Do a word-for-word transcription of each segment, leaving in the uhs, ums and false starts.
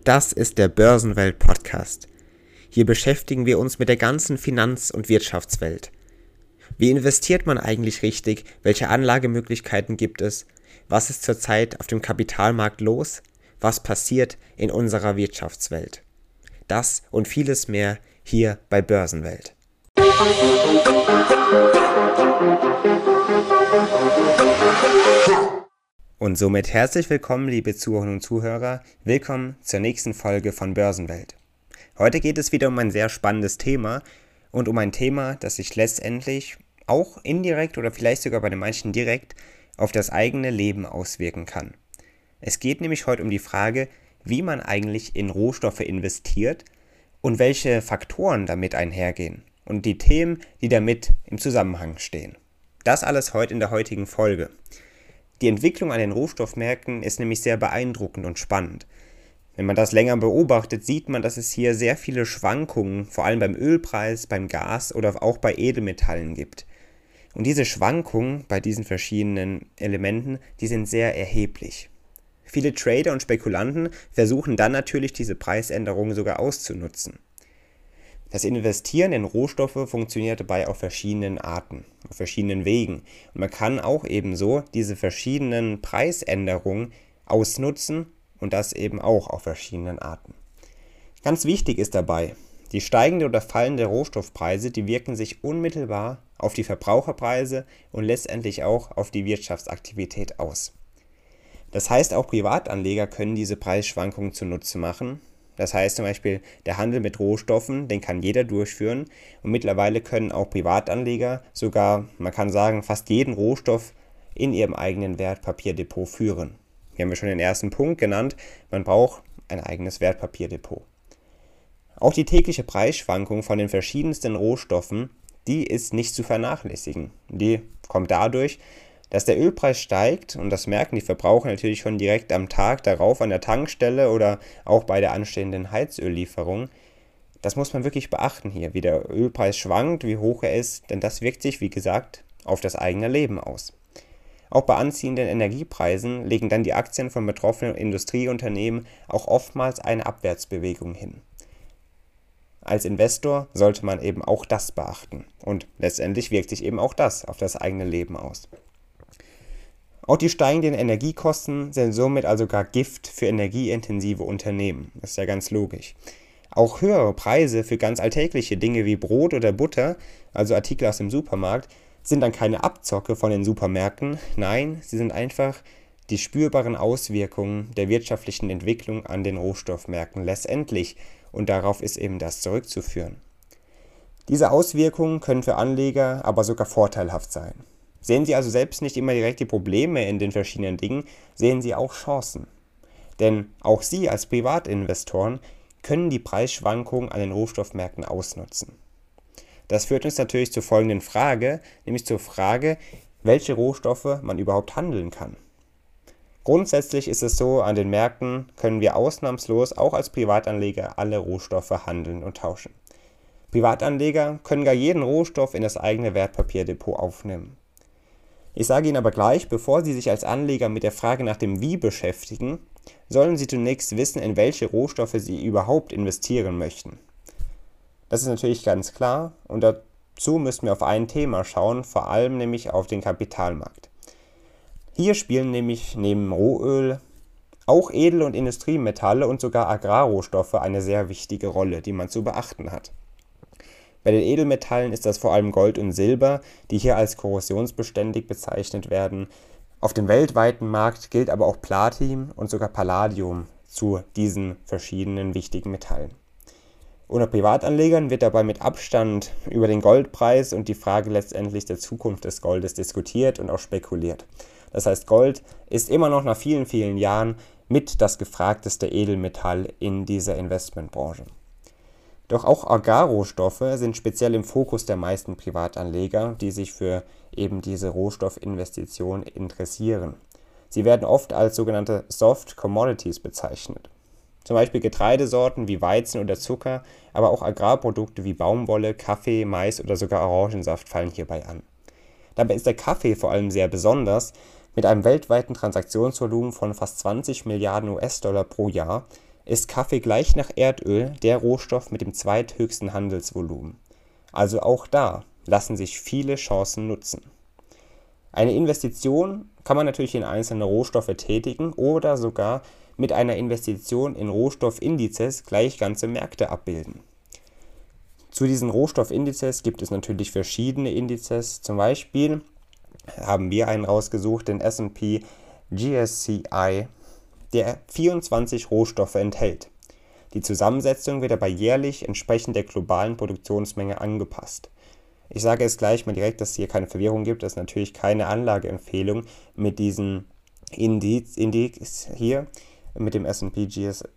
Das ist der Börsenwelt-Podcast. Hier beschäftigen wir uns mit der ganzen Finanz- und Wirtschaftswelt. Wie investiert man eigentlich richtig? Welche Anlagemöglichkeiten gibt es? Was ist zurzeit auf dem Kapitalmarkt los? Was passiert in unserer Wirtschaftswelt? Das und vieles mehr hier bei Börsenwelt. Und somit herzlich willkommen, liebe Zuhörerinnen und Zuhörer. Willkommen zur nächsten Folge von Börsenwelt. Heute geht es wieder um ein sehr spannendes Thema und um ein Thema, das sich letztendlich auch indirekt oder vielleicht sogar bei den manchen direkt auf das eigene Leben auswirken kann. Es geht nämlich heute um die Frage, wie man eigentlich in Rohstoffe investiert und welche Faktoren damit einhergehen und die Themen, die damit im Zusammenhang stehen. Das alles heute in der heutigen Folge. Die Entwicklung an den Rohstoffmärkten ist nämlich sehr beeindruckend und spannend. Wenn man das länger beobachtet, sieht man, dass es hier sehr viele Schwankungen, vor allem beim Ölpreis, beim Gas oder auch bei Edelmetallen gibt. Und diese Schwankungen bei diesen verschiedenen Elementen, die sind sehr erheblich. Viele Trader und Spekulanten versuchen dann natürlich diese Preisänderungen sogar auszunutzen. Das Investieren in Rohstoffe funktioniert dabei auf verschiedenen Arten, auf verschiedenen Wegen. Und man kann auch ebenso diese verschiedenen Preisänderungen ausnutzen und das eben auch auf verschiedenen Arten. Ganz wichtig ist dabei, die steigende oder fallende Rohstoffpreise, die wirken sich unmittelbar auf die Verbraucherpreise und letztendlich auch auf die Wirtschaftsaktivität aus. Das heißt, auch Privatanleger können diese Preisschwankungen zunutze machen. Das heißt zum Beispiel, der Handel mit Rohstoffen, den kann jeder durchführen und mittlerweile können auch Privatanleger sogar, man kann sagen, fast jeden Rohstoff in ihrem eigenen Wertpapierdepot führen. Hier haben wir schon den ersten Punkt genannt, man braucht ein eigenes Wertpapierdepot. Auch die tägliche Preisschwankung von den verschiedensten Rohstoffen, die ist nicht zu vernachlässigen. Die kommt dadurch, dass der Ölpreis steigt, und das merken die Verbraucher natürlich schon direkt am Tag darauf an der Tankstelle oder auch bei der anstehenden Heizöllieferung. Das muss man wirklich beachten hier, wie der Ölpreis schwankt, wie hoch er ist, denn das wirkt sich, wie gesagt, auf das eigene Leben aus. Auch bei anziehenden Energiepreisen legen dann die Aktien von betroffenen Industrieunternehmen auch oftmals eine Abwärtsbewegung hin. Als Investor sollte man eben auch das beachten und letztendlich wirkt sich eben auch das auf das eigene Leben aus. Auch die steigenden Energiekosten sind somit also gar Gift für energieintensive Unternehmen. Das ist ja ganz logisch. Auch höhere Preise für ganz alltägliche Dinge wie Brot oder Butter, also Artikel aus dem Supermarkt, sind dann keine Abzocke von den Supermärkten. Nein, sie sind einfach die spürbaren Auswirkungen der wirtschaftlichen Entwicklung an den Rohstoffmärkten letztendlich. Und darauf ist eben das zurückzuführen. Diese Auswirkungen können für Anleger aber sogar vorteilhaft sein. Sehen Sie also selbst nicht immer direkt die Probleme in den verschiedenen Dingen, sehen Sie auch Chancen. Denn auch Sie als Privatinvestoren können die Preisschwankungen an den Rohstoffmärkten ausnutzen. Das führt uns natürlich zur folgenden Frage, nämlich zur Frage, welche Rohstoffe man überhaupt handeln kann. Grundsätzlich ist es so, an den Märkten können wir ausnahmslos auch als Privatanleger alle Rohstoffe handeln und tauschen. Privatanleger können gar jeden Rohstoff in das eigene Wertpapierdepot aufnehmen. Ich sage Ihnen aber gleich, bevor Sie sich als Anleger mit der Frage nach dem Wie beschäftigen, sollen Sie zunächst wissen, in welche Rohstoffe Sie überhaupt investieren möchten. Das ist natürlich ganz klar und dazu müssen wir auf ein Thema schauen, vor allem nämlich auf den Kapitalmarkt. Hier spielen nämlich neben Rohöl auch Edel- und Industriemetalle und sogar Agrarrohstoffe eine sehr wichtige Rolle, die man zu beachten hat. Bei den Edelmetallen ist das vor allem Gold und Silber, die hier als korrosionsbeständig bezeichnet werden. Auf dem weltweiten Markt gilt aber auch Platin und sogar Palladium zu diesen verschiedenen wichtigen Metallen. Unter Privatanlegern wird dabei mit Abstand über den Goldpreis und die Frage letztendlich der Zukunft des Goldes diskutiert und auch spekuliert. Das heißt, Gold ist immer noch nach vielen, vielen Jahren mit das gefragteste Edelmetall in dieser Investmentbranche. Doch auch Agrarrohstoffe sind speziell im Fokus der meisten Privatanleger, die sich für eben diese Rohstoffinvestition interessieren. Sie werden oft als sogenannte Soft Commodities bezeichnet. Zum Beispiel Getreidesorten wie Weizen oder Zucker, aber auch Agrarprodukte wie Baumwolle, Kaffee, Mais oder sogar Orangensaft fallen hierbei an. Dabei ist der Kaffee vor allem sehr besonders. Mit einem weltweiten Transaktionsvolumen von fast zwanzig Milliarden U S-Dollar pro Jahr ist Kaffee gleich nach Erdöl der Rohstoff mit dem zweithöchsten Handelsvolumen. Also auch da lassen sich viele Chancen nutzen. Eine Investition kann man natürlich in einzelne Rohstoffe tätigen oder sogar mit einer Investition in Rohstoffindizes gleich ganze Märkte abbilden. Zu diesen Rohstoffindizes gibt es natürlich verschiedene Indizes. Zum Beispiel haben wir einen rausgesucht, den S und P G S C I, der vierundzwanzig Rohstoffe enthält. Die Zusammensetzung wird aber jährlich entsprechend der globalen Produktionsmenge angepasst. Ich sage es gleich mal direkt, dass es hier keine Verwirrung gibt. Das ist natürlich keine Anlageempfehlung mit diesem Indiz, Index hier, mit dem S und P G S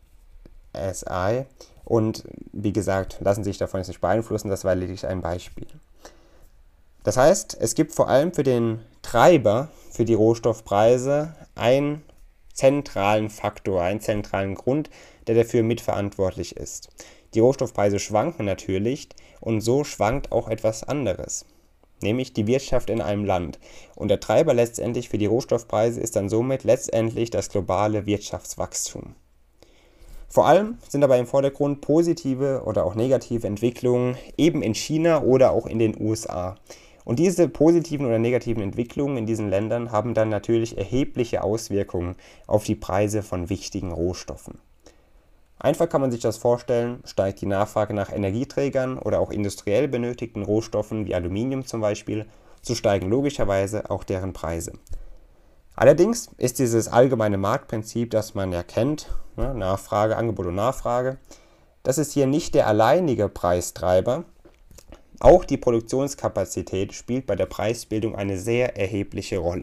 I. Und wie gesagt, lassen sich davon jetzt nicht beeinflussen, das war lediglich ein Beispiel. Das heißt, es gibt vor allem für den Treiber, für die Rohstoffpreise, einen zentralen Faktor, einen zentralen Grund, der dafür mitverantwortlich ist. Die Rohstoffpreise schwanken natürlich und so schwankt auch etwas anderes, nämlich die Wirtschaft in einem Land. Und der Treiber letztendlich für die Rohstoffpreise ist dann somit letztendlich das globale Wirtschaftswachstum. Vor allem sind dabei im Vordergrund positive oder auch negative Entwicklungen eben in China oder auch in den U S A. Und diese positiven oder negativen Entwicklungen in diesen Ländern haben dann natürlich erhebliche Auswirkungen auf die Preise von wichtigen Rohstoffen. Einfach kann man sich das vorstellen, steigt die Nachfrage nach Energieträgern oder auch industriell benötigten Rohstoffen wie Aluminium zum Beispiel, so steigen logischerweise auch deren Preise. Allerdings ist dieses allgemeine Marktprinzip, das man ja kennt, ne, Nachfrage, Angebot und Nachfrage, das ist hier nicht der alleinige Preistreiber. Auch die Produktionskapazität spielt bei der Preisbildung eine sehr erhebliche Rolle.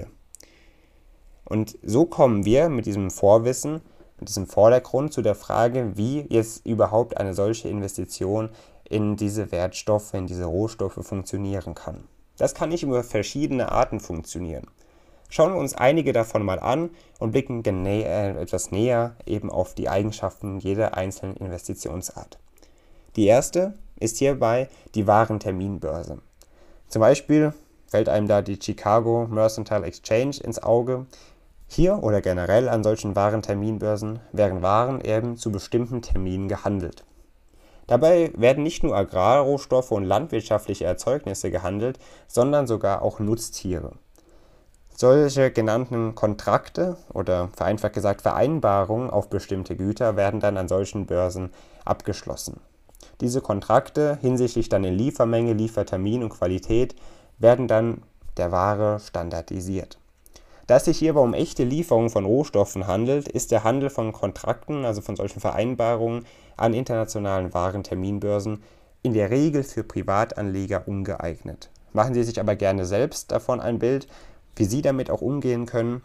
Und so kommen wir mit diesem Vorwissen, mit diesem Vordergrund zu der Frage, wie jetzt überhaupt eine solche Investition in diese Wertstoffe, in diese Rohstoffe funktionieren kann. Das kann nicht über verschiedene Arten funktionieren. Schauen wir uns einige davon mal an und blicken genä- äh, etwas näher eben auf die Eigenschaften jeder einzelnen Investitionsart. Die erste ist hierbei die Warenterminbörse. Zum Beispiel fällt einem da die Chicago Mercantile Exchange ins Auge. Hier oder generell an solchen Warenterminbörsen werden Waren eben zu bestimmten Terminen gehandelt. Dabei werden nicht nur Agrarrohstoffe und landwirtschaftliche Erzeugnisse gehandelt, sondern sogar auch Nutztiere. Solche genannten Kontrakte oder vereinfacht gesagt Vereinbarungen auf bestimmte Güter werden dann an solchen Börsen abgeschlossen. Diese Kontrakte hinsichtlich dann in Liefermenge, Liefertermin und Qualität werden dann der Ware standardisiert. Da es sich hierbei um echte Lieferungen von Rohstoffen handelt, ist der Handel von Kontrakten, also von solchen Vereinbarungen an internationalen Warenterminbörsen, in der Regel für Privatanleger ungeeignet. Machen Sie sich aber gerne selbst davon ein Bild, wie Sie damit auch umgehen können.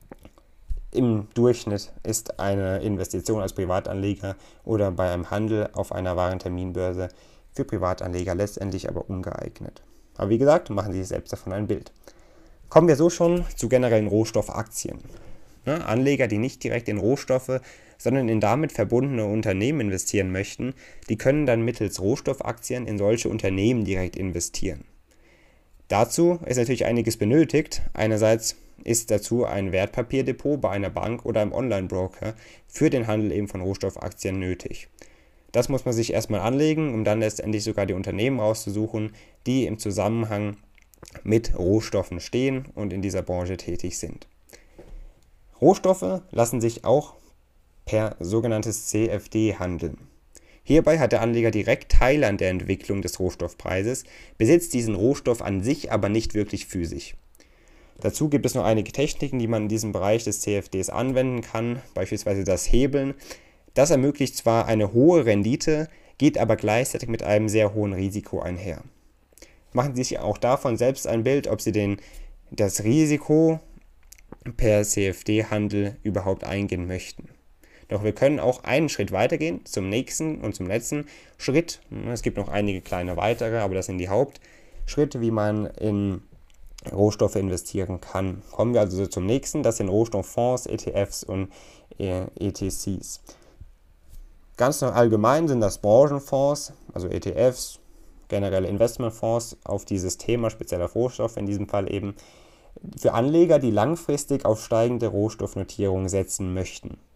Im Durchschnitt ist eine Investition als Privatanleger oder bei einem Handel auf einer Warenterminbörse für Privatanleger letztendlich aber ungeeignet. Aber wie gesagt, machen Sie sich selbst davon ein Bild. Kommen wir so schon zu generellen Rohstoffaktien. Ne, Anleger, die nicht direkt in Rohstoffe, sondern in damit verbundene Unternehmen investieren möchten, die können dann mittels Rohstoffaktien in solche Unternehmen direkt investieren. Dazu ist natürlich einiges benötigt. Einerseits ist dazu ein Wertpapierdepot bei einer Bank oder einem Online-Broker für den Handel eben von Rohstoffaktien nötig. Das muss man sich erstmal anlegen, um dann letztendlich sogar die Unternehmen rauszusuchen, die im Zusammenhang mit Rohstoffen stehen und in dieser Branche tätig sind. Rohstoffe lassen sich auch per sogenanntes C F D handeln. Hierbei hat der Anleger direkt Teil an der Entwicklung des Rohstoffpreises, besitzt diesen Rohstoff an sich aber nicht wirklich physisch. Dazu gibt es noch einige Techniken, die man in diesem Bereich des C F Ds anwenden kann, beispielsweise das Hebeln. Das ermöglicht zwar eine hohe Rendite, geht aber gleichzeitig mit einem sehr hohen Risiko einher. Machen Sie sich auch davon selbst ein Bild, ob Sie den, das Risiko per C F D-Handel überhaupt eingehen möchten. Doch wir können auch einen Schritt weitergehen zum nächsten und zum letzten Schritt. Es gibt noch einige kleine weitere, aber das sind die Hauptschritte, wie man in Rohstoffe investieren kann. Kommen wir also zum nächsten, das sind Rohstofffonds, E T Fs und E T Cs. Ganz allgemein sind das Branchenfonds, also E T Fs, generelle Investmentfonds auf dieses Thema spezieller Rohstoffe, in diesem Fall eben für Anleger, die langfristig auf steigende Rohstoffnotierungen setzen möchten.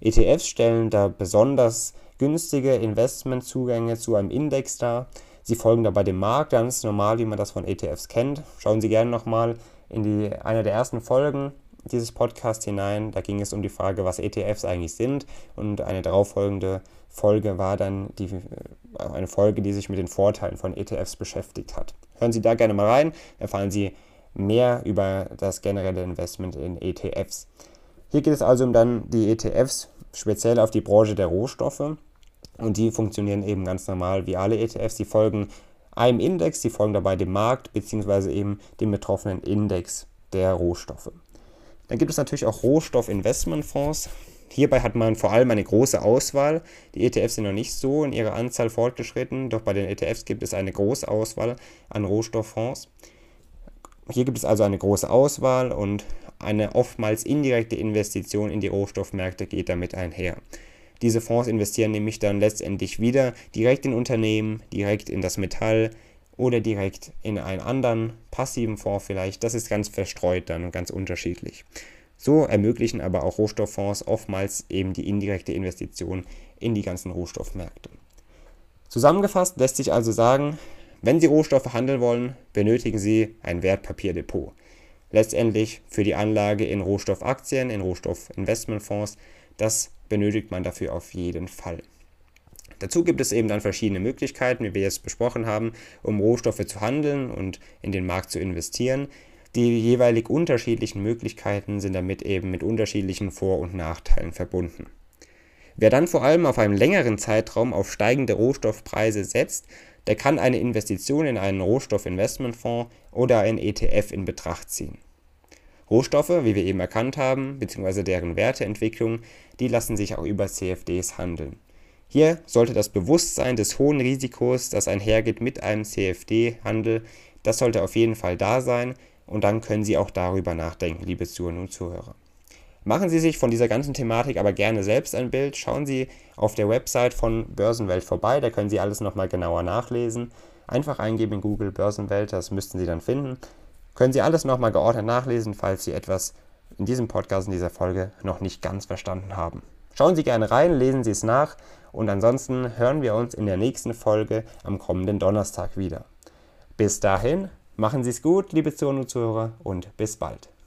E T Fs stellen da besonders günstige Investmentzugänge zu einem Index dar. Sie folgen dabei dem Markt, ganz normal, wie man das von E T Fs kennt. Schauen Sie gerne nochmal in die, eine der ersten Folgen dieses Podcasts hinein. Da ging es um die Frage, was E T Fs eigentlich sind, und eine darauffolgende Folge war dann die, eine Folge, die sich mit den Vorteilen von E T Fs beschäftigt hat. Hören Sie da gerne mal rein, erfahren Sie mehr über das generelle Investment in E T Fs. Hier geht es also um dann die E T Fs, speziell auf die Branche der Rohstoffe, und die funktionieren eben ganz normal wie alle E T Fs. Sie folgen einem Index, sie folgen dabei dem Markt bzw. eben dem betroffenen Index der Rohstoffe. Dann gibt es natürlich auch Rohstoffinvestmentfonds. Hierbei hat man vor allem eine große Auswahl. Die E T Fs sind noch nicht so in ihrer Anzahl fortgeschritten, doch bei den E T Fs gibt es eine große Auswahl an Rohstofffonds. Hier gibt es also eine große Auswahl, und eine oftmals indirekte Investition in die Rohstoffmärkte geht damit einher. Diese Fonds investieren nämlich dann letztendlich wieder direkt in Unternehmen, direkt in das Metall oder direkt in einen anderen passiven Fonds vielleicht. Das ist ganz verstreut dann und ganz unterschiedlich. So ermöglichen aber auch Rohstofffonds oftmals eben die indirekte Investition in die ganzen Rohstoffmärkte. Zusammengefasst lässt sich also sagen, wenn Sie Rohstoffe handeln wollen, benötigen Sie ein Wertpapierdepot. Letztendlich für die Anlage in Rohstoffaktien, in Rohstoffinvestmentfonds, das benötigt man dafür auf jeden Fall. Dazu gibt es eben dann verschiedene Möglichkeiten, wie wir jetzt besprochen haben, um Rohstoffe zu handeln und in den Markt zu investieren. Die jeweilig unterschiedlichen Möglichkeiten sind damit eben mit unterschiedlichen Vor- und Nachteilen verbunden. Wer dann vor allem auf einem längeren Zeitraum auf steigende Rohstoffpreise setzt, der kann eine Investition in einen Rohstoffinvestmentfonds oder einen E T F in Betracht ziehen. Rohstoffe, wie wir eben erkannt haben, bzw. deren Werteentwicklung, die lassen sich auch über C F Ds handeln. Hier sollte das Bewusstsein des hohen Risikos, das einhergeht mit einem C F D-Handel, das sollte auf jeden Fall da sein, und dann können Sie auch darüber nachdenken, liebe Zuhörerinnen und Zuhörer. Machen Sie sich von dieser ganzen Thematik aber gerne selbst ein Bild. Schauen Sie auf der Website von Börsenwelt vorbei, da können Sie alles nochmal genauer nachlesen. Einfach eingeben in Google Börsenwelt, das müssten Sie dann finden. Können Sie alles nochmal geordnet nachlesen, falls Sie etwas in diesem Podcast, in dieser Folge noch nicht ganz verstanden haben. Schauen Sie gerne rein, lesen Sie es nach, und ansonsten hören wir uns in der nächsten Folge am kommenden Donnerstag wieder. Bis dahin, machen Sie es gut, liebe Zuhörerinnen und Zuhörer, und bis bald.